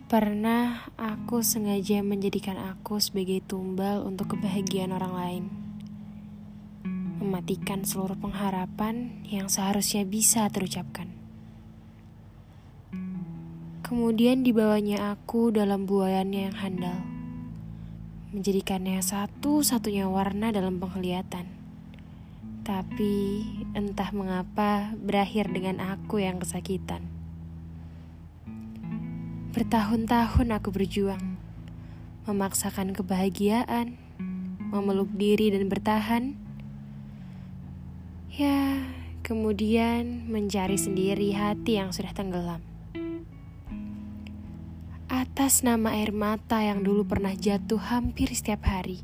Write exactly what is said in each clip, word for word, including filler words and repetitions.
Pernah aku sengaja menjadikan aku sebagai tumbal untuk kebahagiaan orang lain. Mematikan seluruh pengharapan yang seharusnya bisa terucapkan. Kemudian dibawanya aku dalam buayannya yang handal. Menjadikannya satu-satunya warna dalam penglihatan. Tapi entah mengapa berakhir dengan aku yang kesakitan. Bertahun-tahun aku berjuang, memaksakan kebahagiaan, memeluk diri dan bertahan. Ya, kemudian mencari sendiri hati yang sudah tenggelam. Atas nama air mata yang dulu pernah jatuh hampir setiap hari.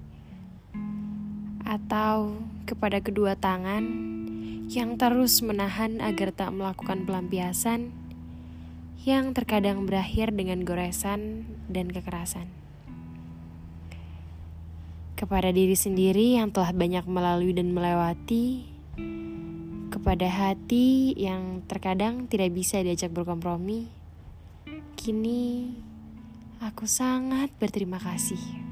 Atau kepada kedua tangan yang terus menahan agar tak melakukan pelampiasan, yang terkadang berakhir dengan goresan dan kekerasan. Kepada diri sendiri yang telah banyak melalui dan melewati, kepada hati yang terkadang tidak bisa diajak berkompromi, kini aku sangat berterima kasih.